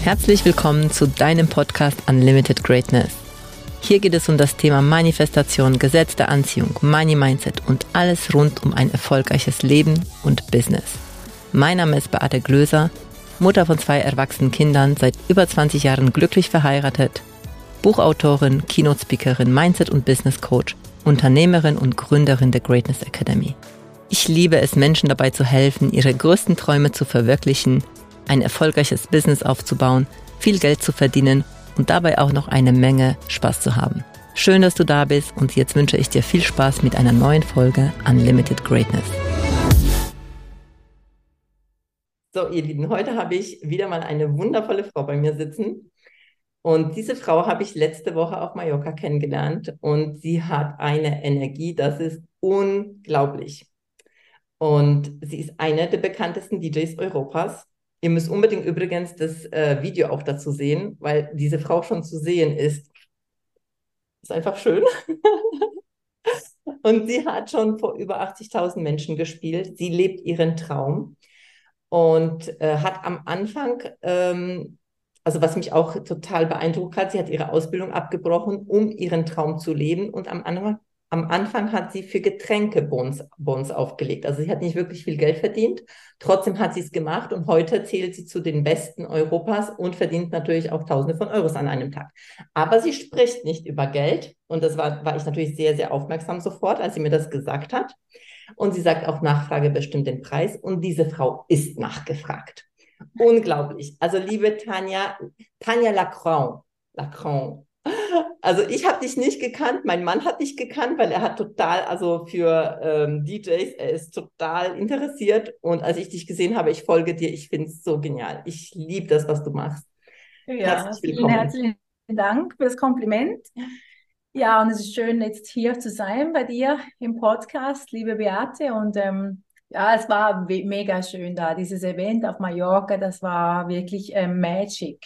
Herzlich willkommen zu deinem Podcast Unlimited Greatness. Hier geht es um das Thema Manifestation, Gesetz der Anziehung, Money Mindset und alles rund um ein erfolgreiches Leben und Business. Mein Name ist Beate Glöser, Mutter von 2 erwachsenen Kindern, seit über 20 Jahren glücklich verheiratet, Buchautorin, Keynote-Speakerin, Mindset- und Business-Coach, Unternehmerin und Gründerin der Greatness Academy. Ich liebe es, Menschen dabei zu helfen, ihre größten Träume zu verwirklichen, ein erfolgreiches Business aufzubauen, viel Geld zu verdienen und dabei auch noch eine Menge Spaß zu haben. Schön, dass du da bist und jetzt wünsche ich dir viel Spaß mit einer neuen Folge Unlimited Greatness. So, ihr Lieben, heute habe ich wieder mal eine wundervolle Frau bei mir sitzen. Und diese Frau habe ich letzte Woche auf Mallorca kennengelernt und sie hat eine Energie, das ist unglaublich. Und sie ist eine der bekanntesten DJs Europas. Ihr müsst unbedingt übrigens das Video auch dazu sehen, weil diese Frau schon zu sehen ist. Ist einfach schön. Und sie hat schon vor über 80.000 Menschen gespielt. Sie lebt ihren Traum und hat am Anfang, also was mich auch total beeindruckt hat, sie hat ihre Ausbildung abgebrochen, um ihren Traum zu leben. Und am Anfang hat sie für Getränke-Bons aufgelegt. Also sie hat nicht wirklich viel Geld verdient. Trotzdem hat sie es gemacht und heute zählt sie zu den Besten Europas und verdient natürlich auch Tausende von Euros an einem Tag. Aber sie spricht nicht über Geld und das war ich natürlich sehr, sehr aufmerksam sofort, als sie mir das gesagt hat. Und sie sagt auch, Nachfrage bestimmt den Preis und diese Frau ist nachgefragt. Unglaublich. Also liebe Tanja Lacroix, also ich habe dich nicht gekannt, mein Mann hat dich gekannt, weil er hat total, also für DJs, er ist total interessiert und als ich dich gesehen habe, ich folge dir, ich finde es so genial. Ich liebe das, was du machst. Ja, Herzlich vielen willkommen. herzlichen Dank für das Kompliment. Ja, und es ist schön, jetzt hier zu sein bei dir im Podcast, liebe Beate. Und ja, es war mega schön da, dieses Event auf Mallorca, das war wirklich Magic.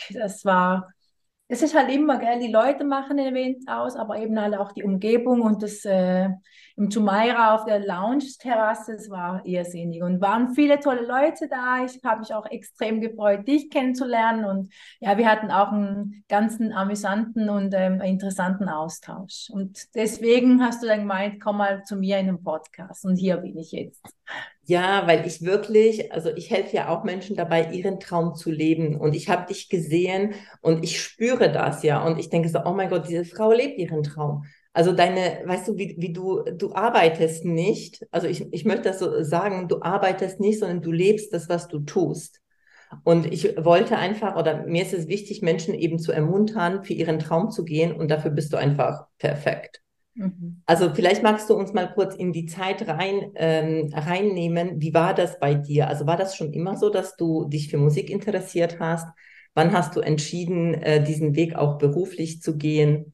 Es ist halt immer, gell, die Leute machen ein Event aus, aber eben halt auch die Umgebung und das im Jumeirah auf der Lounge-Terrasse, es war irrsinnig und waren viele tolle Leute da. Ich habe mich auch extrem gefreut, dich kennenzulernen und ja, wir hatten auch einen ganzen amüsanten und interessanten Austausch. Und deswegen hast du dann gemeint, komm mal zu mir in den Podcast und hier bin ich jetzt. Ja, weil ich wirklich, also ich helfe ja auch Menschen dabei, ihren Traum zu leben. Und ich habe dich gesehen und ich spüre das ja. Und ich denke so, oh mein Gott, diese Frau lebt ihren Traum. Also weißt du, wie du arbeitest nicht. Also ich möchte das so sagen, du arbeitest nicht, sondern du lebst das, was du tust. Und ich wollte einfach, oder mir ist es wichtig, Menschen eben zu ermuntern, für ihren Traum zu gehen. Und dafür bist du einfach perfekt. Mhm. Also vielleicht magst du uns mal kurz in die Zeit reinnehmen. Wie war das bei dir? Also war das schon immer so, dass du dich für Musik interessiert hast? Wann hast du entschieden, diesen Weg auch beruflich zu gehen?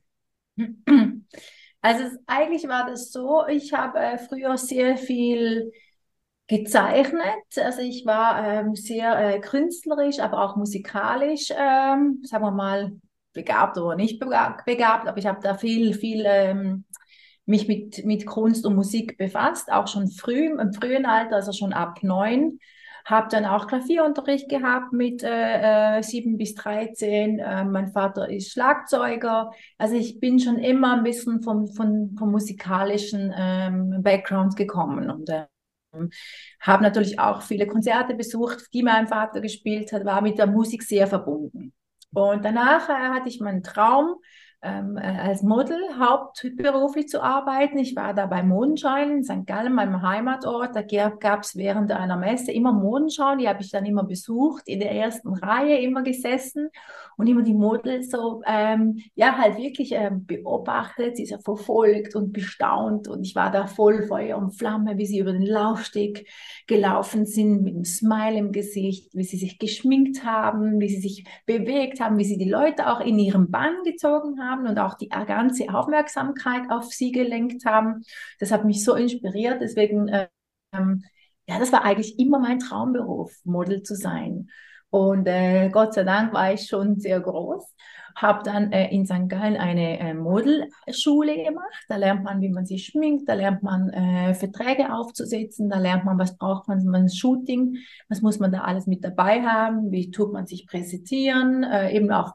Also eigentlich war das so, ich habe früher sehr viel gezeichnet. Also ich war sehr künstlerisch, aber auch musikalisch, sagen wir mal, begabt oder nicht begabt, aber ich habe da viel mich mit Kunst und Musik befasst, auch schon früh, im frühen Alter, also schon ab 9. Habe dann auch Klavierunterricht gehabt mit 7 bis 13. Mein Vater ist Schlagzeuger. Also ich bin schon immer ein bisschen vom musikalischen Background gekommen und habe natürlich auch viele Konzerte besucht, die mein Vater gespielt hat, war mit der Musik sehr verbunden. Und danach hatte ich meinen Traum, als Model hauptberuflich zu arbeiten. Ich war da bei Modenschein in St. Gallen, meinem Heimatort. Da gab es während einer Messe immer Modenschauen, die habe ich dann immer besucht, in der ersten Reihe immer gesessen und immer die Models so, ja, halt wirklich beobachtet, sie so verfolgt und bestaunt. Und ich war da voll Feuer und Flamme, wie sie über den Laufsteg gelaufen sind, mit einem Smile im Gesicht, wie sie sich geschminkt haben, wie sie sich bewegt haben, wie sie die Leute auch in ihren Bann gezogen haben und auch die ganze Aufmerksamkeit auf sie gelenkt haben. Das hat mich so inspiriert. Deswegen, ja, das war eigentlich immer mein Traumberuf, Model zu sein. Und Gott sei Dank war ich schon sehr groß. Habe dann in St. Gallen eine Modelschule gemacht. Da lernt man, wie man sich schminkt, da lernt man Verträge aufzusetzen, da lernt man, was braucht man, man Shooting, was muss man da alles mit dabei haben, wie tut man sich präsentieren, eben auch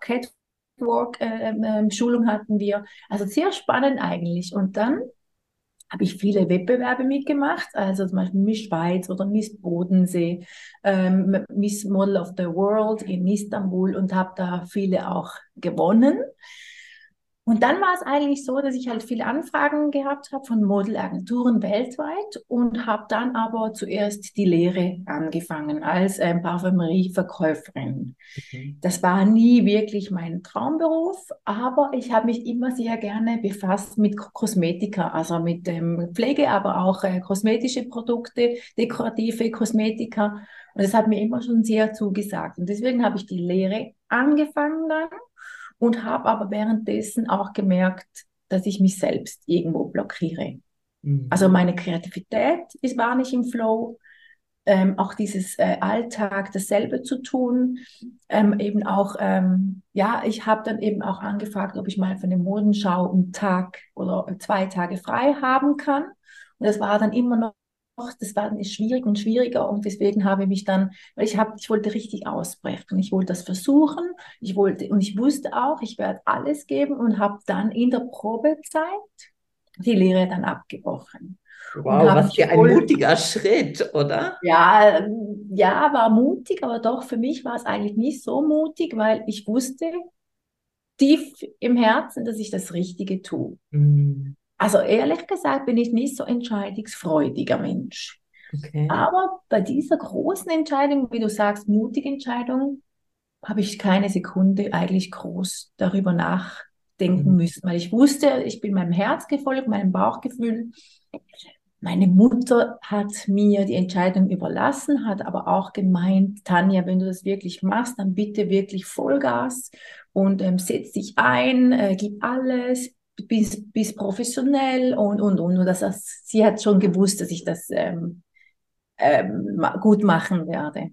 Catwalk-Schulung hatten wir. Also sehr spannend eigentlich. Und dann habe ich viele Wettbewerbe mitgemacht, also zum Beispiel Miss Schweiz oder Miss Bodensee, Miss Model of the World in Istanbul und habe da viele auch gewonnen. Und dann war es eigentlich so, dass ich halt viele Anfragen gehabt habe von Modelagenturen weltweit und habe dann aber zuerst die Lehre angefangen als Parfümerieverkäuferin. Mhm. Das war nie wirklich mein Traumberuf, aber ich habe mich immer sehr gerne befasst mit Kosmetika, also mit Pflege, aber auch kosmetische Produkte, dekorative Kosmetika. Und das hat mir immer schon sehr zugesagt. Und deswegen habe ich die Lehre angefangen dann und habe aber währenddessen auch gemerkt, dass ich mich selbst irgendwo blockiere. Also Mhm. meine Kreativität war nicht im Flow, auch dieses Alltag dasselbe zu tun, eben auch, ja, ich habe dann eben auch angefragt, ob ich mal für eine Modenschau einen Tag oder 2 Tage frei haben kann. Und das war dann immer noch, das war dann schwierig und schwieriger und deswegen habe ich mich dann, weil ich wollte richtig ausbrechen, ich wollte das versuchen, ich wollte und ich wusste auch, ich werde alles geben und habe dann in der Probezeit die Lehre dann abgebrochen und Wow, habe was mich für ein voll mutiger Schritt, oder? ja, ja, war mutig, aber doch für mich war es eigentlich nicht so mutig, weil ich wusste tief im Herzen, dass ich das Richtige tue. Mhm. Also ehrlich gesagt bin ich nicht so entscheidungsfreudiger Mensch. Okay. Aber bei dieser großen Entscheidung, wie du sagst, mutige Entscheidung, habe ich keine Sekunde eigentlich groß darüber nachdenken Mhm. müssen, weil ich wusste, ich bin meinem Herz gefolgt, meinem Bauchgefühl. Meine Mutter hat mir die Entscheidung überlassen, hat aber auch gemeint, Tanja, wenn du das wirklich machst, dann bitte wirklich Vollgas und setz dich ein, gib alles, bis professionell und. Sie hat schon gewusst, dass ich das gut machen werde.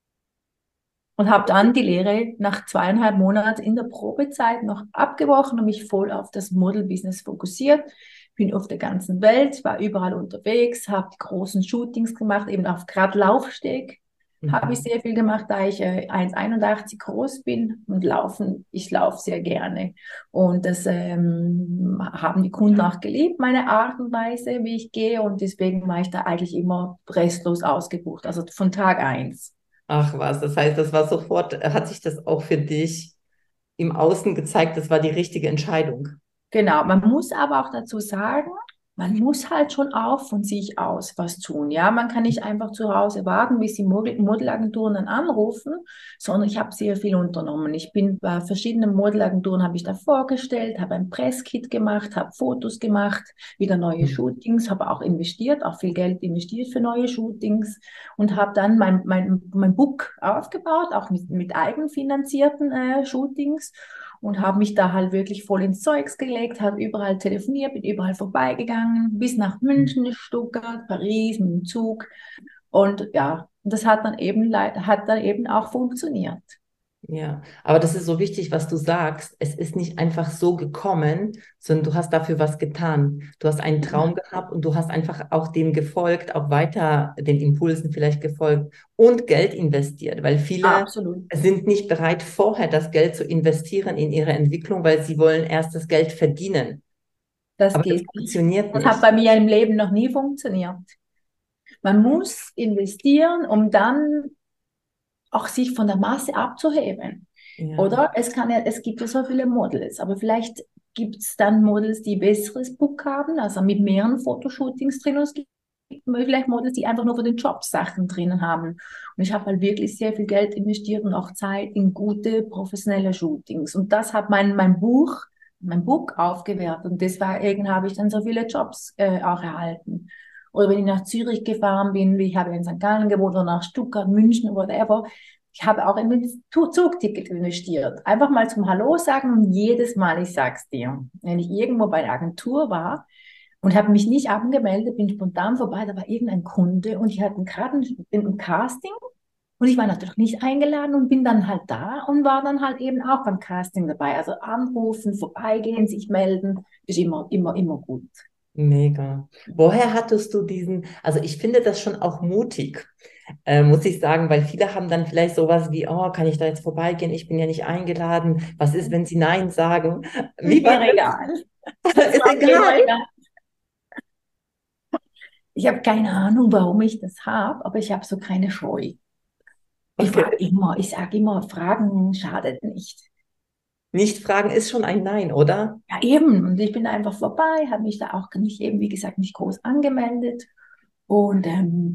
Und habe dann die Lehre nach 2,5 Monaten in der Probezeit noch abgebrochen und mich voll auf das Model-Business fokussiert. Bin auf der ganzen Welt, war überall unterwegs, habe die großen Shootings gemacht, eben auf gerade Laufsteg habe ich Mhm. sehr viel gemacht, da ich 1,81 groß bin und ich laufe sehr gerne. Und das haben die Kunden auch geliebt, meine Art und Weise, wie ich gehe. Und deswegen war ich da eigentlich immer restlos ausgebucht, also von Tag eins. Ach was, das heißt, das war sofort, hat sich das auch für dich im Außen gezeigt, das war die richtige Entscheidung. Genau, man muss aber auch dazu sagen, man muss halt schon auch von sich aus was tun. Ja, man kann nicht einfach zu Hause warten, bis die Modelagenturen dann anrufen, sondern ich habe sehr viel unternommen. Ich bin bei verschiedenen Modelagenturen, habe ich da vorgestellt, habe ein Presskit gemacht, habe Fotos gemacht, wieder neue Mhm. Shootings, habe auch investiert, auch viel Geld investiert für neue Shootings und habe dann mein Book aufgebaut, auch mit eigenfinanzierten Shootings und habe mich da halt wirklich voll ins Zeugs gelegt, habe überall telefoniert, bin überall vorbeigegangen, bis nach München, Stuttgart, Paris mit dem Zug. Und ja, das hat dann eben auch funktioniert. Ja, aber das ist so wichtig, was du sagst. Es ist nicht einfach so gekommen, sondern du hast dafür was getan. Du hast einen Traum gehabt und du hast einfach auch dem gefolgt, auch weiter den Impulsen vielleicht gefolgt und Geld investiert, weil viele Absolut. sind nicht bereit, vorher das Geld zu investieren in ihre Entwicklung, weil sie wollen erst das Geld verdienen. Das Aber das geht nicht. funktioniert Das hat nicht. bei mir im Leben noch nie funktioniert. Man muss investieren, um dann auch sich von der Masse abzuheben. Ja. Oder es gibt ja so viele Models, aber vielleicht gibt es dann Models, die besseres Book haben, also mit mehreren Fotoshootings drin. Und es gibt vielleicht Models, die einfach nur für den Job Sachen drinnen haben. Und ich habe halt wirklich sehr viel Geld investiert und auch Zeit in gute professionelle Shootings. Und das hat mein Book aufgewertet. Und deswegen habe ich dann so viele Jobs auch erhalten. Oder wenn ich nach Zürich gefahren bin, wie ich habe in St. Gallen gewohnt oder nach Stuttgart, München, whatever, ich habe auch in ein Zugticket investiert. Einfach mal zum Hallo sagen und jedes Mal, ich sag's dir, wenn ich irgendwo bei der Agentur war und habe mich nicht angemeldet, bin spontan vorbei, da war irgendein Kunde und ich hatte gerade ein Casting Und ich war natürlich nicht eingeladen und bin dann halt da und war dann halt eben auch beim Casting dabei. Also anrufen, vorbeigehen, sich melden, ist immer gut. Mega. Woher hattest du diesen, also ich finde das schon auch mutig, muss ich sagen, weil viele haben dann vielleicht sowas wie, oh, kann ich da jetzt vorbeigehen? Ich bin ja nicht eingeladen. Was ist, wenn sie Nein sagen? Ist Wie war mir das? egal. Das Ist war mir immer egal. egal. Ich habe keine Ahnung, warum ich das habe, aber ich habe so keine Scheu. Ich frage Okay. immer, ich sage immer, Fragen schadet nicht. Nicht fragen ist schon ein Nein, oder? Ja, eben. Und ich bin einfach vorbei, habe mich da auch nicht eben, wie gesagt, nicht groß angemeldet. Und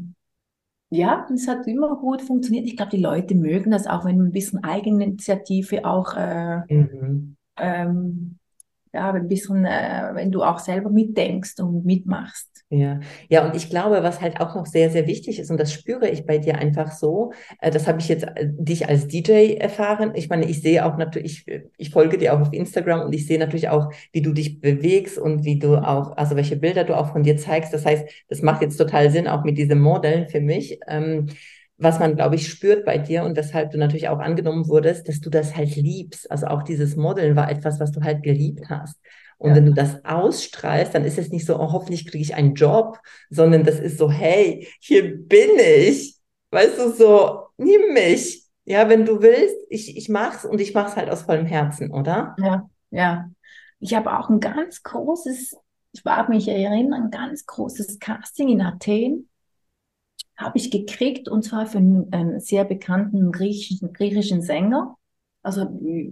ja, es hat immer gut funktioniert. Ich glaube, die Leute mögen das auch, wenn man ein bisschen Eigeninitiative auch Mhm. ähm, ja, ein bisschen, wenn du auch selber mitdenkst und mitmachst. Ja, ja, und ich glaube, was halt auch noch sehr, sehr wichtig ist, und das spüre ich bei dir einfach so, das habe ich jetzt dich als DJ erfahren. Ich meine, ich sehe auch natürlich, ich folge dir auch auf Instagram und ich sehe natürlich auch, wie du dich bewegst und wie du auch, also welche Bilder du auch von dir zeigst. Das heißt, das macht jetzt total Sinn, auch mit diesem Modeln für mich. Was man, glaube ich, spürt bei dir und weshalb du natürlich auch angenommen wurdest, dass du das halt liebst. Also auch dieses Modeln war etwas, was du halt geliebt hast. Und wenn Ja, du das ausstrahlst, dann ist es nicht so, oh, hoffentlich kriege ich einen Job, sondern das ist so, hey, hier bin ich. Weißt du, so, nimm mich. Ja, wenn du willst, ich mach's und ich mach's halt aus vollem Herzen, oder? ja, ja. Ich habe auch ein ganz großes, ich mag mich erinnern, ein ganz großes Casting in Athen habe ich gekriegt und zwar für einen sehr bekannten griechischen Sänger. Also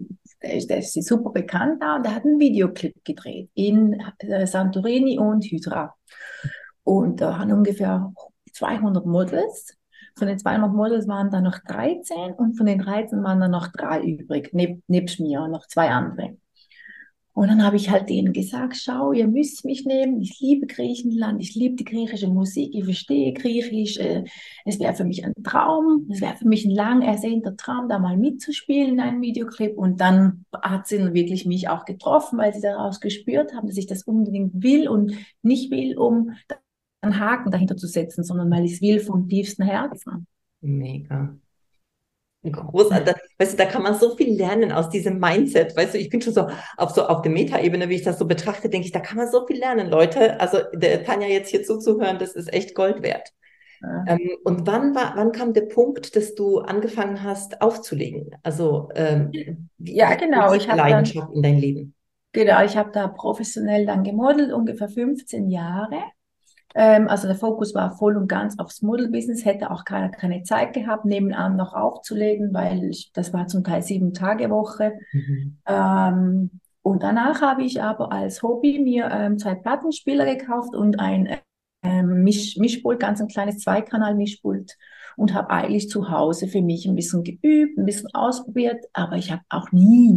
der ist super bekannt da und der hat einen Videoclip gedreht in Santorini und Hydra. Und da waren ungefähr 200 Models. Von den 200 Models waren dann noch 13 und von den 13 waren dann noch drei übrig, nebst mir und noch zwei andere. Und dann habe ich halt denen gesagt, schau, ihr müsst mich nehmen. Ich liebe Griechenland, ich liebe die griechische Musik, ich verstehe Griechisch. Es wäre für mich ein Traum, es wäre für mich ein lang ersehnter Traum, da mal mitzuspielen in einem Videoclip. Und dann hat sie wirklich mich auch getroffen, weil sie daraus gespürt haben, dass ich das unbedingt will und nicht will, um einen Haken dahinter zu setzen, sondern weil ich es will vom tiefsten Herzen. Mega. Großartig. Weißt du, da kann man so viel lernen aus diesem Mindset. Weißt du, ich bin schon so auf der Metaebene, wie ich das so betrachte, denke ich, da kann man so viel lernen, Leute. Also der Tanja jetzt hier zuzuhören, das ist echt Gold wert. Und wann kam der Punkt, dass du angefangen hast aufzulegen? Also Ja, wie kam genau. diese Leidenschaft in dein Leben? Ich habe da professionell dann gemodelt, ungefähr 15 Jahre. Also der Fokus war voll und ganz aufs Model-Business, hätte auch keine Zeit gehabt, nebenan noch aufzulegen, weil das war zum Teil 7-Tage-Woche. Mhm. Und danach habe ich aber als Hobby mir zwei Plattenspieler gekauft und ein Mischpult, ganz ein kleines Zweikanal-Mischpult und habe eigentlich zu Hause für mich ein bisschen geübt, ein bisschen ausprobiert, aber ich habe auch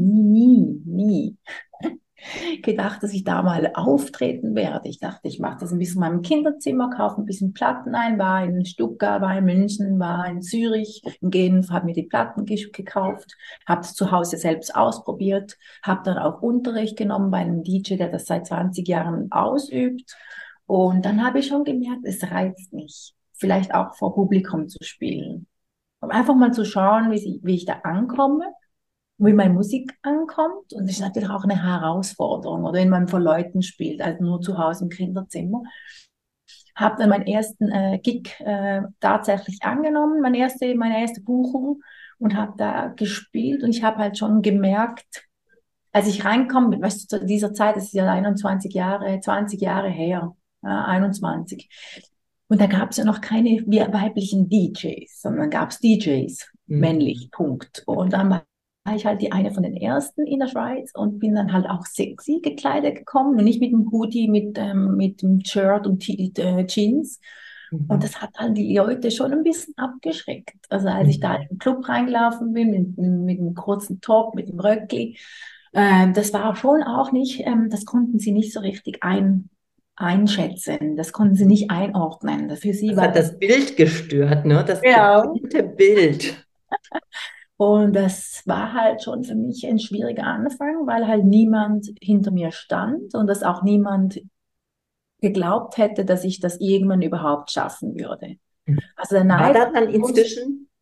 nie gedacht, dass ich da mal auftreten werde. Ich dachte, ich mache das ein bisschen in meinem Kinderzimmer, kaufe ein bisschen Platten ein, war in Stuttgart, war in München, war in Zürich, in Genf, habe mir die Platten gekauft, habe es zu Hause selbst ausprobiert, habe dann auch Unterricht genommen bei einem DJ, der das seit 20 Jahren ausübt. Und dann habe ich schon gemerkt, es reizt mich, vielleicht auch vor Publikum zu spielen. Um einfach mal zu schauen, wie ich da ankomme, wie meine Musik ankommt. Und das ist natürlich auch eine Herausforderung, oder wenn man vor Leuten spielt, also nur zu Hause im Kinderzimmer. Habe dann meinen ersten Gig tatsächlich angenommen, meine erste Buchung und habe da gespielt. Und ich habe halt schon gemerkt, als ich reinkomme, weißt du, zu dieser Zeit, das ist ja 21 Jahre, 20 Jahre her, 21. Und da gab es ja noch keine weiblichen DJs, sondern gab es DJs, Mhm. männlich, Punkt. Und dann war ich halt die eine von den ersten in der Schweiz und bin dann halt auch sexy gekleidet gekommen und nicht mit dem Hoodie, mit dem Shirt und Jeans. Und Mhm. das hat halt die Leute schon ein bisschen abgeschreckt. Also als ich da in Mhm. den Club reingelaufen bin, mit einem kurzen Top, mit dem Röckli, das war schon auch nicht, das konnten sie nicht so richtig einschätzen. Das konnten sie nicht einordnen. Für sie Das war hat das, das Bild gestört, ne? Das ja. berühmte Bild. Und das war halt schon für mich ein schwieriger Anfang, weil halt niemand hinter mir stand und dass auch niemand geglaubt hätte, dass ich das irgendwann überhaupt schaffen würde. Also der War Neid da war dann groß. inzwischen?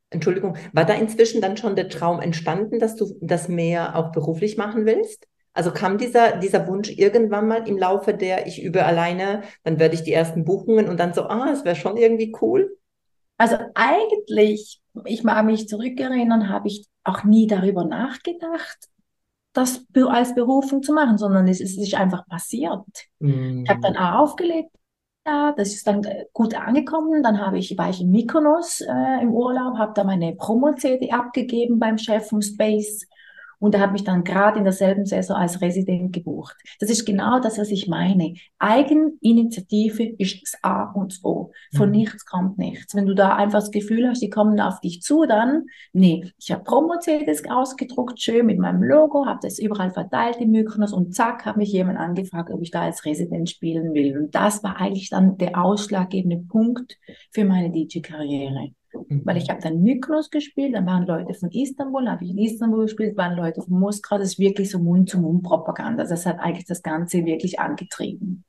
Entschuldigung, war da inzwischen dann schon der Traum entstanden, dass du das mehr auch beruflich machen willst? Also kam dieser Wunsch irgendwann mal im Laufe der, ich übe alleine, dann werde ich die ersten Buchungen und dann so, es wäre schon irgendwie cool. Also eigentlich, ich mag mich zurückerinnern, habe ich auch nie darüber nachgedacht, das als Berufung zu machen, sondern es ist einfach passiert. Ich habe Hm. dann auch aufgelegt, ja, das ist dann gut angekommen. Dann war ich in Mykonos im Urlaub, habe da meine Promo-CD abgegeben beim Chef vom Space und er hat mich dann gerade in derselben Saison als Resident gebucht. Das ist genau das, was ich meine. Eigeninitiative ist das A und das O. Von Hm. nichts kommt nichts. Wenn du da einfach das Gefühl hast, die kommen auf dich zu, dann, nee, ich habe Promo-CDs ausgedruckt, schön mit meinem Logo, habe das überall verteilt in Mykonos und zack, hat mich jemand angefragt, ob ich da als Resident spielen will. Und das war eigentlich dann der ausschlaggebende Punkt für meine DJ-Karriere. Weil ich Mhm. habe dann Mykonos gespielt, dann waren Leute von Istanbul, habe ich in Istanbul gespielt, waren Leute von Moskau, das ist wirklich so Mund-zu-Mund-Propaganda. Das hat eigentlich das Ganze wirklich angetrieben.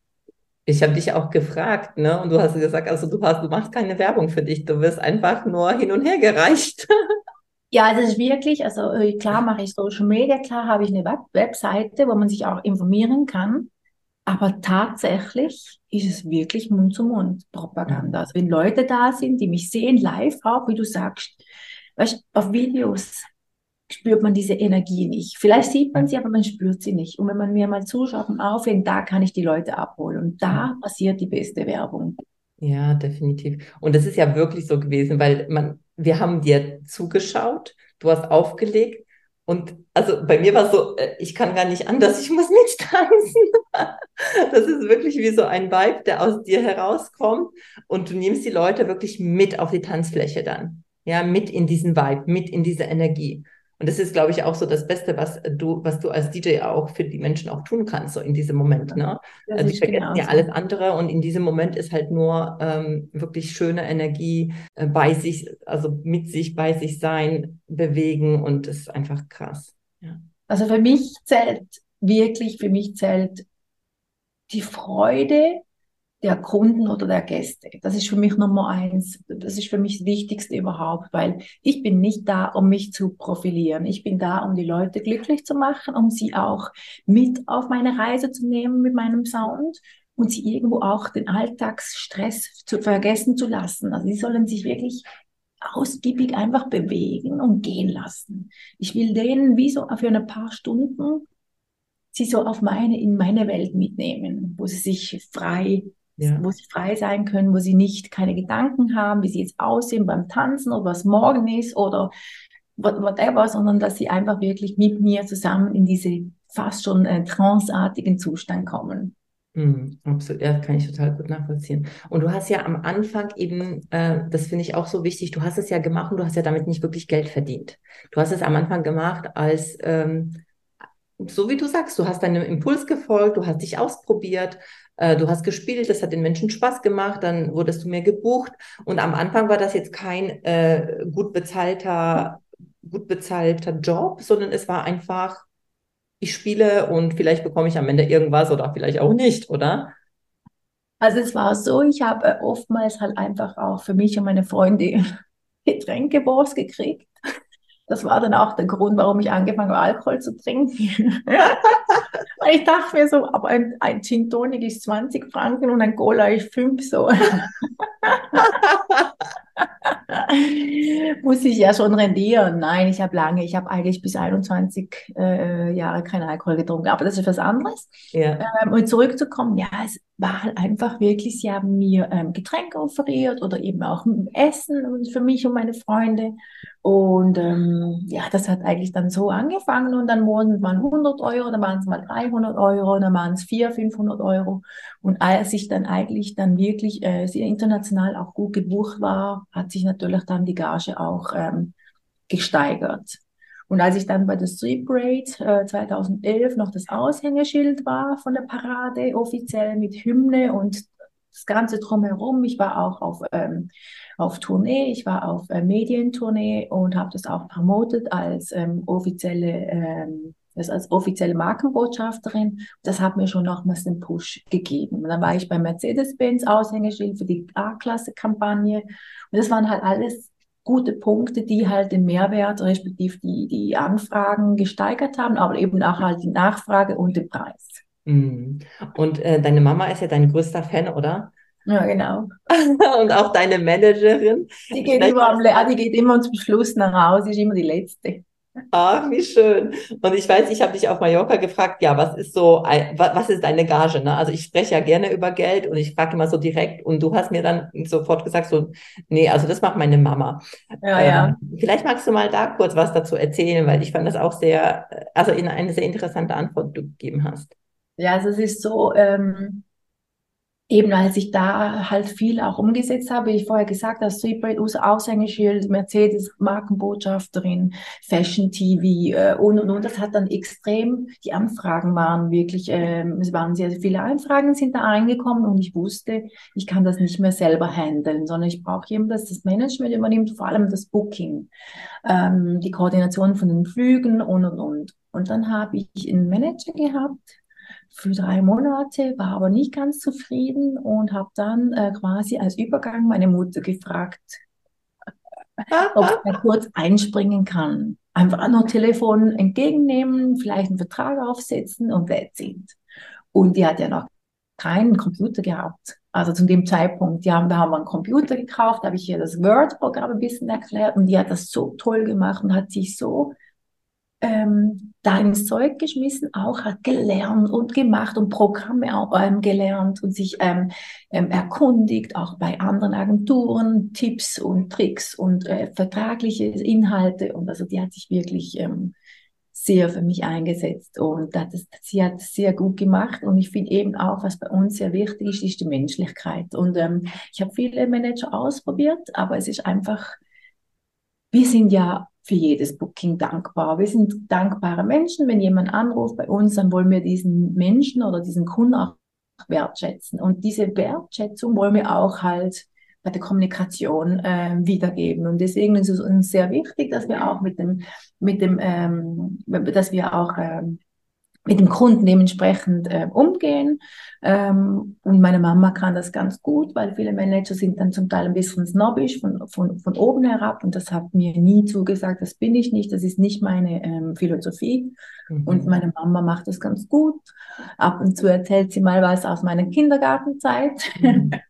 Ich habe dich auch gefragt, ne? Und du hast gesagt, also du machst keine Werbung für dich, du wirst einfach nur hin und her gereicht. Ja, das ist wirklich, also klar mache ich Social Media, klar habe ich eine Webseite, wo man sich auch informieren kann, aber tatsächlich ist es wirklich Mund-zu-Mund-Propaganda. Also wenn Leute da sind, die mich sehen, live auch, wie du sagst, weißt, auf Videos spürt man diese Energie nicht. Vielleicht sieht man sie, aber man spürt sie nicht. Und wenn man mir mal zuschaut und aufhängt, da kann ich die Leute abholen. Und da passiert die beste Werbung. Ja, definitiv. Und das ist ja wirklich so gewesen, weil wir haben dir zugeschaut, du hast aufgelegt und also bei mir war es so, ich kann gar nicht anders, ich muss mittanzen. Das ist wirklich wie so ein Vibe, der aus dir herauskommt und du nimmst die Leute wirklich mit auf die Tanzfläche dann. Ja, mit in diesen Vibe, mit in diese Energie. Und das ist, glaube ich, auch so das Beste, was du als DJ auch für die Menschen auch tun kannst, so in diesem Moment, ne? Das Die ist vergessen genau ja alles so. andere und in diesem Moment ist halt nur wirklich schöne Energie bei sich, also mit sich, bei sich sein, bewegen und das ist einfach krass. Ja. Also für mich zählt wirklich, für mich zählt die Freude der Kunden oder der Gäste. Das ist für mich Nummer eins. Das ist für mich das Wichtigste überhaupt, weil ich bin nicht da, um mich zu profilieren. Ich bin da, um die Leute glücklich zu machen, um sie auch mit auf meine Reise zu nehmen mit meinem Sound und sie irgendwo auch den Alltagsstress zu vergessen zu lassen. Also sie sollen sich wirklich ausgiebig einfach bewegen und gehen lassen. Ich will denen wie so für ein paar Stunden sie so in meine Welt mitnehmen, Ja. wo sie frei sein können, wo sie nicht keine Gedanken haben, wie sie jetzt aussehen beim Tanzen oder was morgen ist oder whatever, sondern dass sie einfach wirklich mit mir zusammen in diese fast schon tranceartigen Zustand kommen. Absolut, ja, kann ich total gut nachvollziehen. Und du hast ja am Anfang eben, das finde ich auch so wichtig, du hast es ja gemacht und du hast ja damit nicht wirklich Geld verdient. Du hast es am Anfang gemacht als, so wie du sagst, du hast deinem Impuls gefolgt, du hast dich ausprobiert, du hast gespielt, das hat den Menschen Spaß gemacht, dann wurdest du mehr gebucht und am Anfang war das jetzt kein gut bezahlter Job, sondern es war einfach, ich spiele und vielleicht bekomme ich am Ende irgendwas oder vielleicht auch nicht, oder? Also es war so, ich habe oftmals halt einfach auch für mich und meine Freunde Getränkebons gekriegt. Das war dann auch der Grund, warum ich angefangen habe, Alkohol zu trinken. Weil ich dachte mir so, aber ein Gin Tonic ist 20 Franken und ein Cola ist 5 so. Muss ich ja schon rendieren. Nein, ich habe eigentlich bis 21 Jahre keinen Alkohol getrunken, aber das ist was anderes. Ja. Und zurückzukommen, ja, es war halt einfach wirklich, sie haben mir Getränke offeriert oder eben auch Essen und für mich und meine Freunde. Und ja, das hat eigentlich dann so angefangen und dann wurden es mal 100 Euro, dann waren es mal 300 Euro, dann waren es 400, 500 Euro. Und als ich dann eigentlich dann wirklich sehr international auch gut gebucht war, hat sich natürlich dann die Gage auch gesteigert. Und als ich dann bei der Street Parade 2011 noch das Aushängeschild war von der Parade, offiziell mit Hymne und das Ganze drumherum, ich war auch auf Tournee, ich war auf Medientournee und habe das auch promotet als offizielle Markenbotschafterin. Das hat mir schon nochmals den Push gegeben. Und dann war ich bei Mercedes-Benz Aushängeschild für die A-Klasse-Kampagne. Und das waren halt alles gute Punkte, die halt den Mehrwert, respektive die Anfragen gesteigert haben, aber eben auch halt die Nachfrage und den Preis. Mhm. Und deine Mama ist ja dein größter Fan, oder? Ja, genau. Und auch deine Managerin. Vielleicht magst du Die geht immer zum Schluss nach Hause, ist immer die Letzte. Ach, wie schön. Und ich weiß, ich habe dich auf Mallorca gefragt, ja, was ist so, was ist deine Gage, ne? Also ich spreche ja gerne über Geld und ich frage immer so direkt und du hast mir dann sofort gesagt, so, nee, also das macht meine Mama. Ja, ja. Vielleicht magst du mal da kurz was dazu erzählen, weil ich fand das auch sehr, also in eine sehr interessante Antwort, die du gegeben hast. Ja, also es ist so, eben als ich da halt viel auch umgesetzt habe, wie ich vorher gesagt habe, Streetbrand, Aushängeschild, Mercedes, Markenbotschafterin, Fashion TV und. Das hat dann extrem, die Anfragen waren wirklich, es waren sehr, sehr viele Anfragen sind da reingekommen und ich wusste, ich kann das nicht mehr selber handeln, sondern ich brauche jemanden, das das Management übernimmt, vor allem das Booking, die Koordination von den Flügen und. Und dann habe ich einen Manager gehabt, für 3 Monate, war aber nicht ganz zufrieden und habe dann quasi als Übergang meine Mutter gefragt, ob sie da kurz einspringen kann. Einfach nur Telefon entgegennehmen, vielleicht einen Vertrag aufsetzen und that's it. Und die hat ja noch keinen Computer gehabt. Also zu dem Zeitpunkt, da haben wir einen Computer gekauft, da habe ich ihr das Word-Programm ein bisschen erklärt und die hat das so toll gemacht und hat sich so da ins Zeug geschmissen, auch hat gelernt und gemacht und Programme auch, gelernt und sich erkundigt, auch bei anderen Agenturen, Tipps und Tricks und vertragliche Inhalte. Und also die hat sich wirklich sehr für mich eingesetzt und sie hat es sehr gut gemacht. Und ich finde eben auch, was bei uns sehr wichtig ist, ist die Menschlichkeit. Und ich habe viele Manager ausprobiert, aber es ist einfach, wir sind ja für jedes Booking dankbar. Wir sind dankbare Menschen. Wenn jemand anruft bei uns, dann wollen wir diesen Menschen oder diesen Kunden auch wertschätzen. Und diese Wertschätzung wollen wir auch halt bei der Kommunikation wiedergeben. Und deswegen ist es uns sehr wichtig, dass wir auch dass wir auch mit dem Kunden dementsprechend umgehen. Und meine Mama kann das ganz gut, weil viele Manager sind dann zum Teil ein bisschen snobbisch von oben herab und das hat mir nie zugesagt, das bin ich nicht, das ist nicht meine Philosophie. Und Mhm. meine Mama macht das ganz gut. Ab und zu erzählt sie mal was aus meiner Kindergartenzeit. Mhm.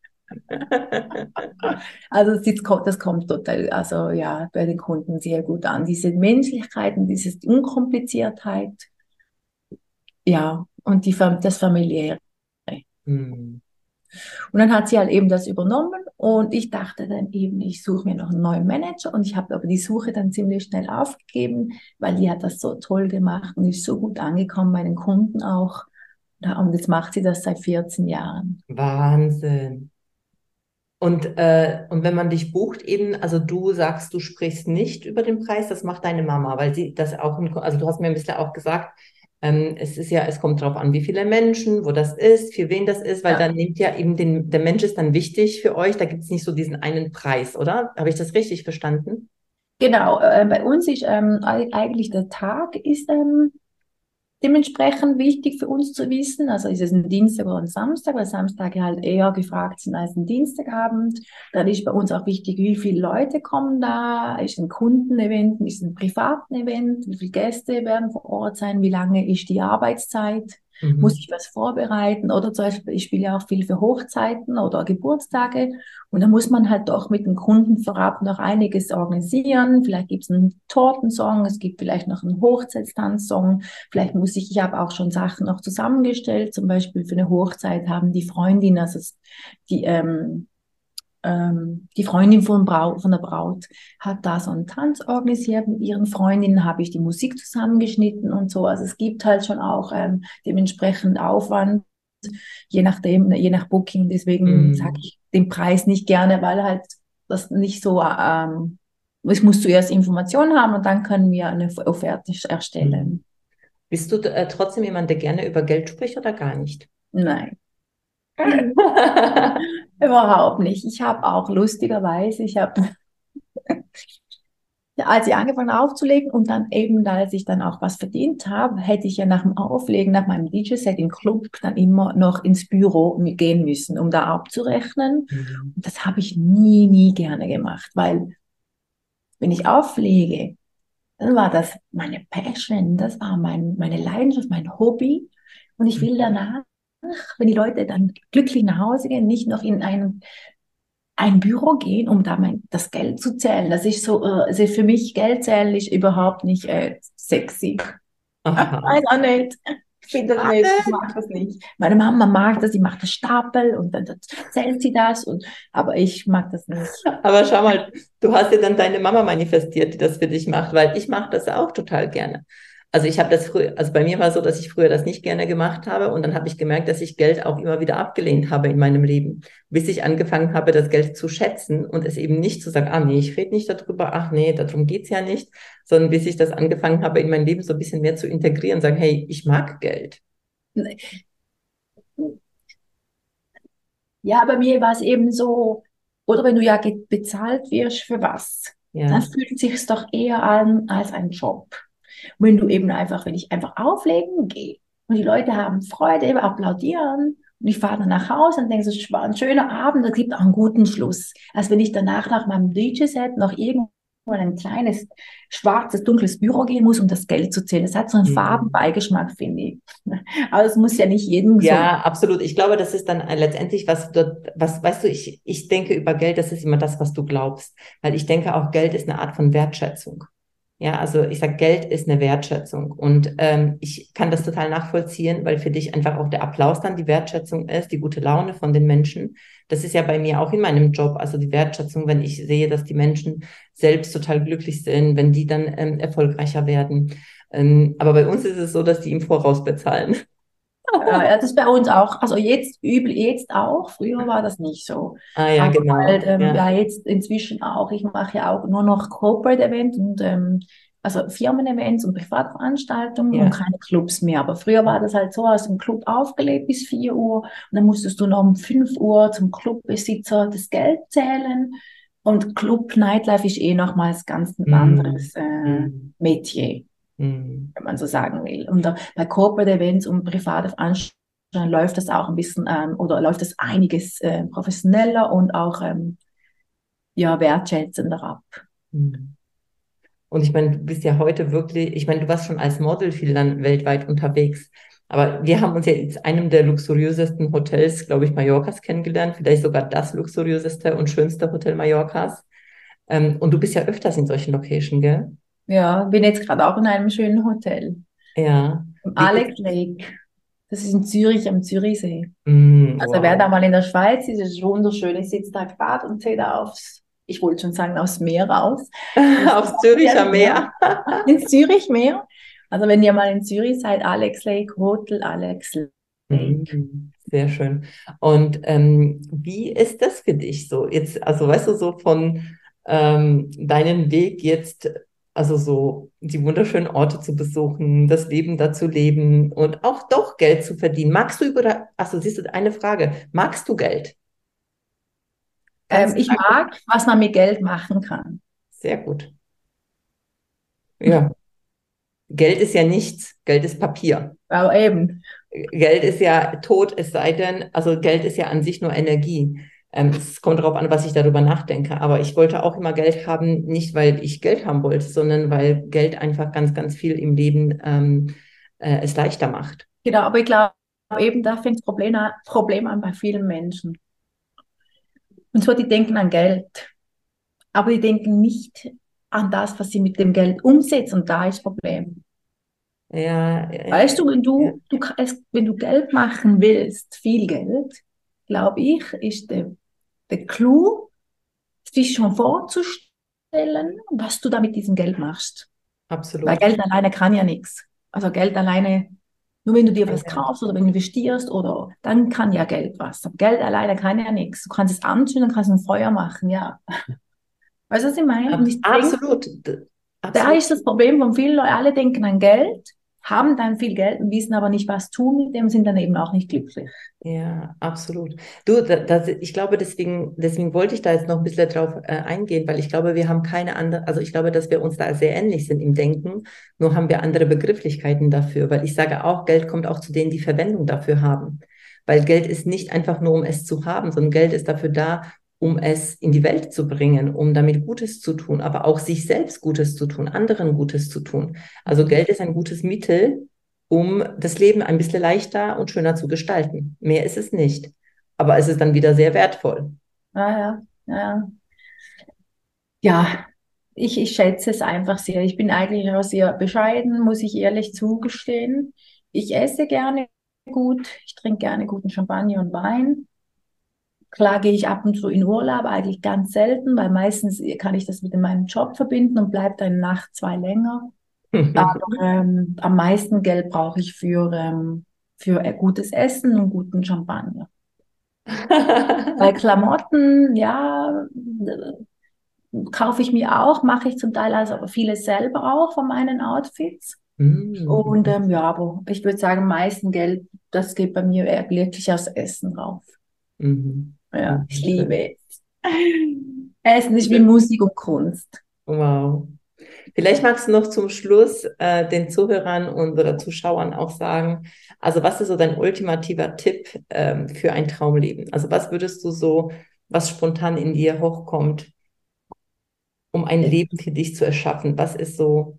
Also das kommt total, also ja, bei den Kunden sehr gut an. Diese Menschlichkeit und diese Unkompliziertheit, ja, und das Familiäre. Mhm. Und dann hat sie halt eben das übernommen und ich dachte dann eben, ich suche mir noch einen neuen Manager und ich habe aber die Suche dann ziemlich schnell aufgegeben, weil die hat das so toll gemacht und ist so gut angekommen bei den Kunden auch. Ja, und jetzt macht sie das seit 14 Jahren. Wahnsinn. Und wenn man dich bucht, eben, also du sagst, du sprichst nicht über den Preis, das macht deine Mama, weil sie das auch, also du hast mir ein bisschen auch gesagt, es ist ja, es kommt drauf an, wie viele Menschen, wo das ist, für wen das ist, weil Ja. dann nimmt ja eben der Mensch ist dann wichtig für euch, da gibt es nicht so diesen einen Preis, oder? Habe ich das richtig verstanden? Genau, bei uns ist eigentlich der Tag ist dementsprechend wichtig für uns zu wissen. Also ist es ein Dienstag oder ein Samstag, weil Samstage halt eher gefragt sind als ein Dienstagabend. Dann ist bei uns auch wichtig, wie viele Leute kommen da, ist ein Kundenevent, ist ein privaten Event, wie viele Gäste werden vor Ort sein, wie lange ist die Arbeitszeit. Muss Mhm. ich was vorbereiten? Oder zum Beispiel, ich spiele ja auch viel für Hochzeiten oder Geburtstage. Und da muss man halt doch mit dem Kunden vorab noch einiges organisieren. Vielleicht gibt es einen Tortensong, es gibt vielleicht noch einen Hochzeitstanzsong. Ich habe auch schon Sachen noch zusammengestellt, zum Beispiel für eine Hochzeit haben die Freundin, die, ähm, die Freundin von der Braut hat da so einen Tanz organisiert mit ihren Freundinnen, habe ich die Musik zusammengeschnitten und so. Also es gibt halt schon auch dementsprechend Aufwand, je nachdem, je nach Booking. Deswegen sage Mhm. ich den Preis nicht gerne, weil halt das nicht so, ich muss zuerst Informationen haben und dann können wir eine Offerte Mhm. erstellen. Bist du trotzdem jemand, der gerne über Geld spricht oder gar nicht? Nein. Überhaupt nicht. Ich habe auch lustigerweise, als ich angefangen aufzulegen und dann eben, als ich dann auch was verdient habe, hätte ich ja nach dem Auflegen, nach meinem DJ-Set im Club dann immer noch ins Büro gehen müssen, um da abzurechnen. Mhm. Und das habe ich nie, nie gerne gemacht, weil wenn ich auflege, dann war das meine Passion, das war meine Leidenschaft, mein Hobby. Und ich will danach, wenn die Leute dann glücklich nach Hause gehen, nicht noch in ein Büro gehen, um da das Geld zu zählen. Das ist so, also für mich Geld zählen ist überhaupt nicht sexy. Aha. Weiß auch nicht. Ich finde das nicht, ich mag das nicht. Meine Mama mag das, sie macht das Stapel und dann zählt sie das, aber ich mag das nicht. Aber schau mal, du hast ja dann deine Mama manifestiert, die das für dich macht, weil ich mache das auch total gerne. Also ich habe das früher, also bei mir war es so, dass ich früher das nicht gerne gemacht habe und dann habe ich gemerkt, dass ich Geld auch immer wieder abgelehnt habe in meinem Leben, bis ich angefangen habe, das Geld zu schätzen und es eben nicht zu sagen, ah nee, ich rede nicht darüber, ach nee, darum geht's ja nicht, sondern bis ich das angefangen habe, in mein Leben so ein bisschen mehr zu integrieren, sagen, hey, ich mag Geld. Ja, bei mir war es eben so, oder wenn du ja bezahlt wirst für was, dann Ja. fühlt es sich doch eher an als ein Job. Und wenn du eben einfach, wenn ich einfach auflegen gehe und die Leute haben Freude, eben applaudieren und ich fahre dann nach Hause und denke, es war ein schöner Abend, das gibt auch einen guten Schluss. Als wenn ich danach nach meinem DJ-Set noch irgendwo in ein kleines, schwarzes, dunkles Büro gehen muss, um das Geld zu zählen. Das hat so einen Mhm. Fadenbeigeschmack, finde ich. Aber es muss ja nicht jedem so. Ja, absolut. Ich glaube, das ist dann letztendlich, was dort, was, weißt du, ich denke über Geld, das ist immer das, was du glaubst. Weil ich denke auch, Geld ist eine Art von Wertschätzung. Ja, also ich sag, Geld ist eine Wertschätzung. Und ich kann das total nachvollziehen, weil für dich einfach auch der Applaus dann die Wertschätzung ist, die gute Laune von den Menschen. Das ist ja bei mir auch in meinem Job, also die Wertschätzung, wenn ich sehe, dass die Menschen selbst total glücklich sind, wenn die dann erfolgreicher werden. Aber bei uns ist es so, dass die im Voraus bezahlen. Ja, das ist bei uns auch, also jetzt übel, jetzt auch, früher war das nicht so. Ah ja, Aber halt, genau. Ja, ja, jetzt inzwischen auch, ich mache ja auch nur noch Corporate Events und also Firmen-Events und Privatveranstaltungen und ja. keine Clubs mehr. Aber früher war das halt so, hast du im Club aufgelegt bis 4 Uhr und dann musstest du noch um 5 Uhr zum Clubbesitzer das Geld zählen. Und Club Nightlife ist eh nochmals ganz ein Hm, anderes hm, Metier, hm. wenn man so sagen will. Und bei Corporate Events und private Veranstaltungen läuft das auch ein bisschen oder läuft das einiges professioneller und auch ja, wertschätzender ab. Hm. Und ich meine, du bist ja heute wirklich, ich meine, du warst schon als Model viel dann weltweit unterwegs. Aber wir haben uns ja jetzt einem der luxuriösesten Hotels, glaube ich, Mallorcas kennengelernt, vielleicht sogar das luxuriöseste und schönste Hotel Mallorcas. Und du bist ja öfters in solchen Locations, gell? Ja, bin jetzt gerade auch in einem schönen Hotel. Ja. Im Wie Alex ist es? Lake. Das ist in Zürich am Zürichsee. Also wer da Wow. mal in der Schweiz ist, ist wunderschön. Ich sitze da gerade und sehe da ich wollte schon sagen, aufs Meer raus. Das Aufs Züricher ja, Meer. ins Zürich Meer. Also wenn ihr mal in Zürich seid, Alex Lake, Hotel Alex Lake. Sehr schön. Und wie ist das für dich so? Jetzt, also weißt du, so von deinen Weg jetzt, also so die wunderschönen Orte zu besuchen, das Leben da zu leben und auch doch Geld zu verdienen. Magst du achso, siehst du, eine Frage. Magst du Geld? Ganz Ich klar, mag, was man mit Geld machen kann. sehr gut. Ja, Geld ist ja nichts, Geld ist Papier. Aber eben, Geld ist ja tot, es sei denn, also Geld ist ja an sich nur Energie. Es kommt darauf an, was ich darüber nachdenke. Aber ich wollte auch immer Geld haben, nicht weil ich Geld haben wollte, sondern weil Geld einfach ganz, ganz viel im Leben es leichter macht. genau, aber ich glaube, eben da fängt das Problem an bei vielen Menschen. Und zwar, die denken an Geld, aber die denken nicht an das, was sie mit dem Geld umsetzen. Und da ist das Problem. Ja, Weißt du, ja, wenn du Geld machen willst, viel Geld, glaube ich, ist der Clou, sich schon vorzustellen, was du da mit diesem Geld machst. Weil absolut. Geld alleine kann ja nichts. Also Geld alleine, nur wenn du dir Kann was ja nicht. kaufst oder wenn du investierst oder dann kann ja Geld was. Aber Geld alleine kann ja nichts. Du kannst es anzünden, kannst ein Feuer machen, ja. Weißt du, was ich meine? Und ich denke, Absolut. da Absolut. ist das Problem von vielen Leuten, alle denken an Geld, haben dann viel Geld und wissen aber nicht, was tun mit dem, sind dann eben auch nicht glücklich. Ja, absolut. Du, ich glaube, deswegen wollte ich da jetzt noch ein bisschen drauf eingehen, weil ich glaube, wir haben keine andere, also ich glaube, dass wir uns da sehr ähnlich sind im Denken, nur haben wir andere Begrifflichkeiten dafür, weil ich sage auch, Geld kommt auch zu denen, die Verwendung dafür haben. Weil Geld ist nicht einfach nur, um es zu haben, sondern Geld ist dafür da, um es in die Welt zu bringen, um damit Gutes zu tun, aber auch sich selbst Gutes zu tun, anderen Gutes zu tun. Also Geld ist ein gutes Mittel, um das Leben ein bisschen leichter und schöner zu gestalten. Mehr ist es nicht. Aber es ist dann wieder sehr wertvoll. Ah, ja, ja. Ja, ich schätze es einfach sehr. Ich bin eigentlich auch sehr bescheiden, muss ich ehrlich zugestehen. Ich esse gerne gut, ich trinke gerne guten Champagner und Wein. Klar gehe ich ab und zu in Urlaub, eigentlich ganz selten, weil meistens kann ich das mit meinem Job verbinden und bleibe dann Nacht, zwei länger. Aber am meisten Geld brauche ich für gutes Essen und guten Champagner. Bei Klamotten, ja, kaufe ich mir auch, mache ich zum Teil also vieles selber auch von meinen Outfits. Und Mm. ja, aber ich würde sagen, am meisten Geld, das geht bei mir eher wirklich aufs Essen drauf. Mhm. Ja, ich Mhm. liebe es. Essen ist wie Schön. Musik und Kunst. Wow. Vielleicht magst du noch zum Schluss den Zuhörern und oder Zuschauern auch sagen, also was ist so dein ultimativer Tipp für ein Traumleben? Also was würdest du so, was spontan in dir hochkommt, um ein Leben für dich zu erschaffen? Was ist so?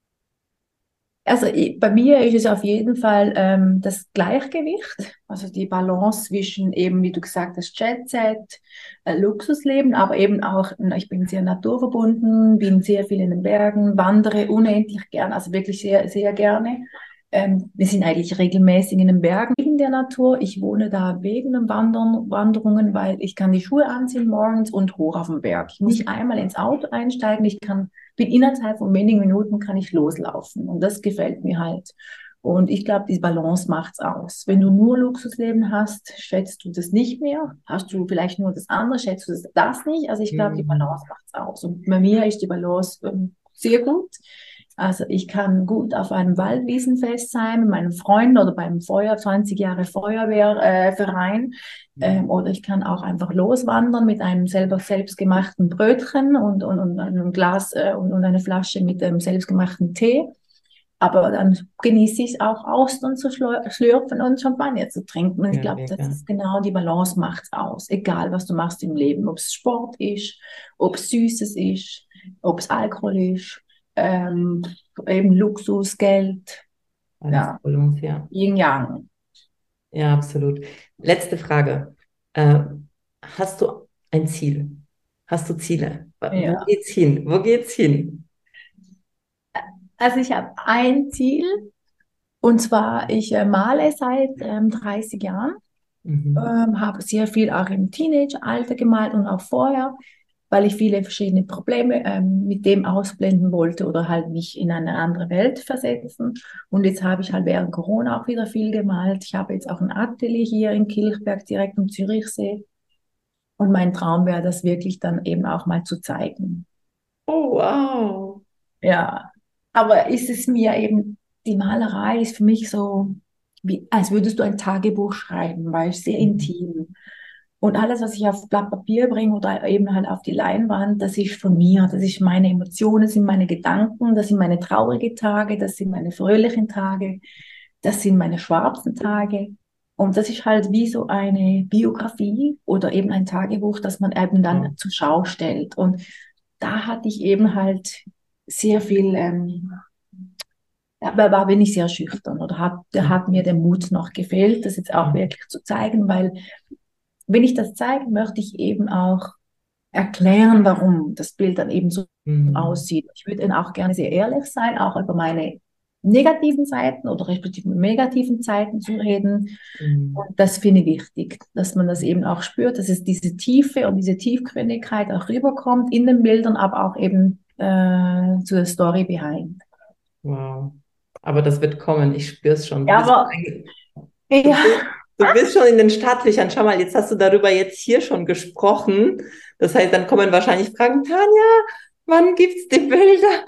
Also bei mir ist es auf jeden Fall das Gleichgewicht, also die Balance zwischen eben, wie du gesagt hast, Jet-Set, Luxusleben, aber eben auch, ich bin sehr naturverbunden, bin sehr viel in den Bergen, wandere unendlich gern, also wirklich sehr, sehr gerne. Wir sind eigentlich regelmäßig in den Bergen in der Natur. Ich wohne da wegen den Wanderungen, weil ich kann die Schuhe anziehen morgens und hoch auf den Berg. Ich muss nicht einmal ins Auto einsteigen, bin innerhalb von wenigen Minuten kann ich loslaufen und das gefällt mir halt. Und ich glaube, die Balance macht's aus. Wenn du nur Luxusleben hast, schätzt du das nicht mehr. Hast du vielleicht nur das andere, schätzt du das nicht. Also ich glaube, die Mhm. Balance macht's aus. Und bei mir ist die Balance sehr gut. Also ich kann gut auf einem Waldwiesenfest sein mit meinen Freunden oder beim 20 Jahre Feuerwehrverein. Oder ich kann auch einfach loswandern mit einem selbstgemachten Brötchen und einem Glas und einer Flasche mit dem selbstgemachten Tee. Aber dann genieße ich es auch, Austern zu schlürfen und Champagner zu trinken. Und ich Ja, glaube, das mega. ist genau die Balance macht's aus. Egal, was du machst im Leben. Ob es Sport ist, ob es Süßes ist, ob es Alkohol ist, ähm, eben Luxus, Geld, Alles ja, Balance, ja. Yin-Yang. Ja, absolut. Letzte Frage. Äh, hast du ein Ziel? Hast du Ziele? Wo Ja. geht's hin? Wo geht's hin? Also ich habe ein Ziel und zwar, ich male seit 30 Jahren, Mhm. habe sehr viel auch im Teenage-Alter gemalt und auch vorher, weil ich viele verschiedene Probleme mit dem ausblenden wollte oder halt mich in eine andere Welt versetzen. Und jetzt habe ich halt während Corona auch wieder viel gemalt. Ich habe jetzt auch ein Atelier hier in Kilchberg direkt am Zürichsee. Und mein Traum wäre, das wirklich dann eben auch mal zu zeigen. Oh, wow. Ja, aber ist es mir eben, die Malerei ist für mich so, wie, als würdest du ein Tagebuch schreiben, weil es sehr Mhm. intim. Und alles, was ich auf Blatt Papier bringe oder eben halt auf die Leinwand, das ist von mir. Das ist meine Emotionen, das sind meine Gedanken, das sind meine traurigen Tage, das sind meine fröhlichen Tage, das sind meine schwarzen Tage. Und das ist halt wie so eine Biografie oder eben ein Tagebuch, das man eben dann Wow. zur Schau stellt. Und da hatte ich eben halt sehr viel, da bin ich sehr schüchtern oder da hat mir der Mut noch gefehlt, das jetzt auch Mhm. wirklich zu zeigen, weil wenn ich das zeige, möchte ich eben auch erklären, warum das Bild dann eben so Mhm. aussieht. Ich würde dann auch gerne sehr ehrlich sein, auch über meine negativen Seiten oder respektive negativen Zeiten zu reden. Mhm. Und das finde ich wichtig, dass man das eben auch spürt, dass es diese Tiefe und diese Tiefgründigkeit auch rüberkommt in den Bildern, aber auch eben zu der Story behind. Wow. Aber das wird kommen, ich spüre es schon. Ja, aber Du ja, bist, du bist schon in den Startlöchern. Schau mal, jetzt hast du darüber jetzt hier schon gesprochen. Das heißt, dann kommen wahrscheinlich Fragen, Tanja, wann gibt's die Bilder?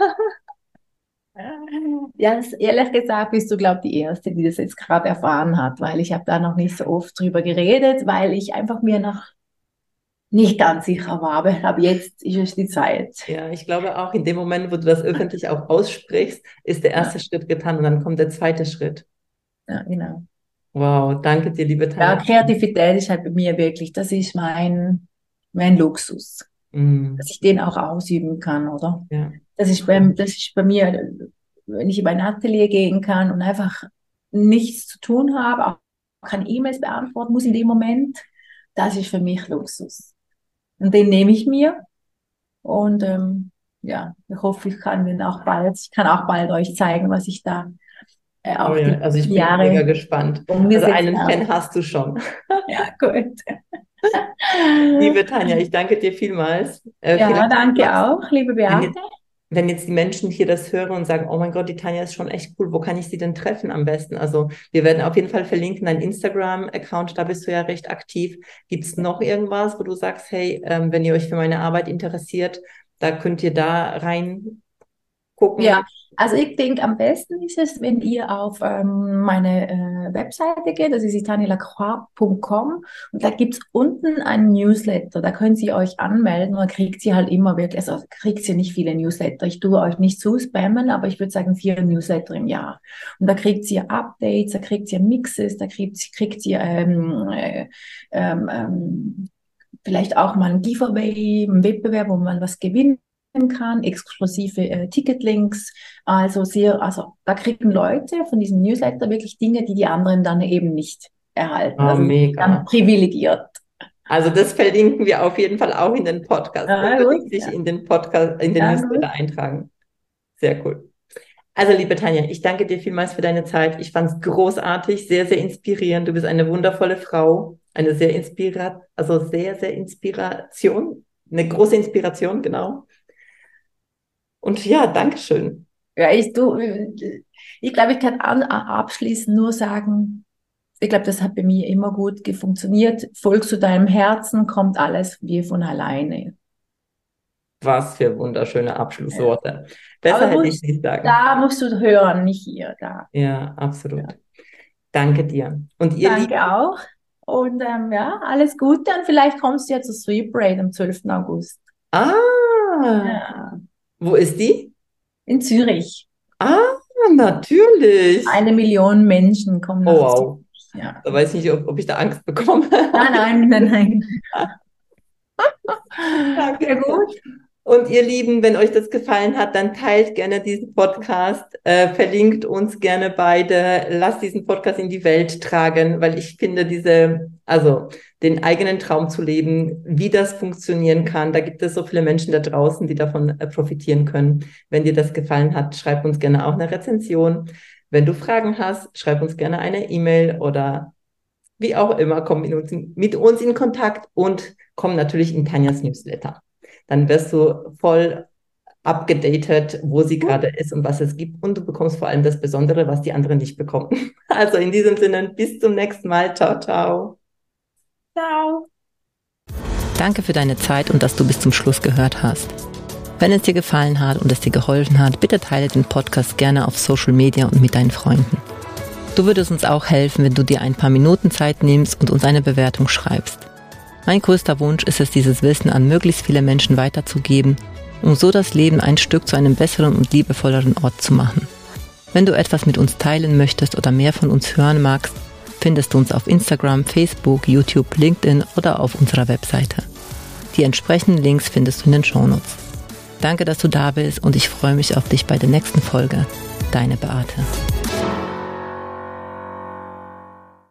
ja, ehrlich gesagt bist du, glaube ich, die Erste, die das jetzt gerade erfahren hat, weil ich habe da noch nicht so oft drüber geredet, weil ich einfach mir noch nicht ganz sicher war. Aber jetzt ist es die Zeit. Ja, ich glaube auch, in dem Moment, wo du das öffentlich auch aussprichst, ist der Ja, erste Schritt getan und dann kommt der zweite Schritt. ja, genau. Wow, danke dir, liebe Ja, Tanja. Kreativität ist halt bei mir wirklich, das ist wäre ein Luxus, Mhm. dass ich den auch ausüben kann, oder? Ja. Das ist bei mir, wenn ich in mein Atelier gehen kann und einfach nichts zu tun habe, auch keine E-Mails beantworten muss in dem Moment, das ist für mich Luxus. Und den nehme ich mir und ja, ich hoffe, ich kann auch bald euch zeigen, was ich da Oh auch ja, die also ich bin mega Jahre gespannt. Also umgesetzt einen habe. Fan hast du schon. Ja, gut. Liebe Tanja, ich danke dir vielmals. Ja, Vielleicht danke magst, auch, liebe wenn Beate. jetzt, wenn jetzt die Menschen hier das hören und sagen, oh mein Gott, die Tanja ist schon echt cool, wo kann ich sie denn treffen am besten? Also wir werden auf jeden Fall verlinken, dein Instagram-Account, da bist du ja recht aktiv. Gibt es noch irgendwas, wo du sagst, hey, wenn ihr euch für meine Arbeit interessiert, da könnt ihr da reingucken? Ja, also ich denke, am besten ist es, wenn ihr auf meine Webseite geht, das ist itanielacroix.com und da gibt es unten einen Newsletter, da können Sie euch anmelden und dann kriegt sie halt immer wirklich, also kriegt sie nicht viele Newsletter. Ich tue euch nicht zu spammen, aber ich würde sagen 4 Newsletter im Jahr. Und da kriegt sie Updates, da kriegt sie Mixes, da kriegt sie vielleicht auch mal ein Giveaway, ein Wettbewerb, wo man was gewinnt kann, exklusive Ticketlinks. Also da kriegen Leute von diesem Newsletter wirklich Dinge, die die anderen dann eben nicht erhalten. Oh, Also mega. dann privilegiert. Also das verlinken wir auf jeden Fall auch in den Podcast. Ja, Unbedingt gut. sich Ja, in den Podcast, in den ja, Newsletter gut. eintragen. Sehr cool. Also, liebe Tanja, ich danke dir vielmals für deine Zeit. Ich fand es großartig, sehr, sehr inspirierend. Du bist eine wundervolle Frau, eine sehr, sehr Inspiration, eine große Inspiration, genau. Und ja, Dankeschön. Ja, ich glaube, ich kann abschließend nur sagen, ich glaube, das hat bei mir immer gut funktioniert. Folgst du deinem Herzen, kommt alles wie von alleine. Was für wunderschöne Ja. Abschlussworte. Besser Aber hätte ich nicht sagen. da musst du hören, nicht hier, da. Ja, Ja. absolut. Danke dir. Und ihr Danke Lieben, auch. Und ja, alles Gute. Und vielleicht kommst du ja zur Sweet Parade am 12. August. ah, Ja, wo ist die? in Zürich. Ah, natürlich. 1 Million Menschen kommen Oh, nach Zürich. wow. Ja. Da weiß ich nicht, ob ich da Angst bekomme. Nein, nein, nein, nein. Danke Ja, dir. gut. Und ihr Lieben, wenn euch das gefallen hat, dann teilt gerne diesen Podcast, verlinkt uns gerne beide, lasst diesen Podcast in die Welt tragen, weil ich finde also den eigenen Traum zu leben, wie das funktionieren kann, da gibt es so viele Menschen da draußen, die davon profitieren können. Wenn dir das gefallen hat, schreib uns gerne auch eine Rezension. Wenn du Fragen hast, schreib uns gerne eine E-Mail oder wie auch immer, komm mit uns in Kontakt und komm natürlich in Tanjas Newsletter. Dann wirst du voll abgedatet, wo sie gerade ist und was es gibt. Und du bekommst vor allem das Besondere, was die anderen nicht bekommen. Also in diesem Sinne, bis zum nächsten Mal. Ciao, ciao. Ciao. Danke für deine Zeit und dass du bis zum Schluss gehört hast. Wenn es dir gefallen hat und es dir geholfen hat, bitte teile den Podcast gerne auf Social Media und mit deinen Freunden. Du würdest uns auch helfen, wenn du dir ein paar Minuten Zeit nimmst und uns eine Bewertung schreibst. Mein größter Wunsch ist es, dieses Wissen an möglichst viele Menschen weiterzugeben, um so das Leben ein Stück zu einem besseren und liebevolleren Ort zu machen. Wenn du etwas mit uns teilen möchtest oder mehr von uns hören magst, findest du uns auf Instagram, Facebook, YouTube, LinkedIn oder auf unserer Webseite. Die entsprechenden Links findest du in den Shownotes. Danke, dass du da bist und ich freue mich auf dich bei der nächsten Folge. Deine Beate.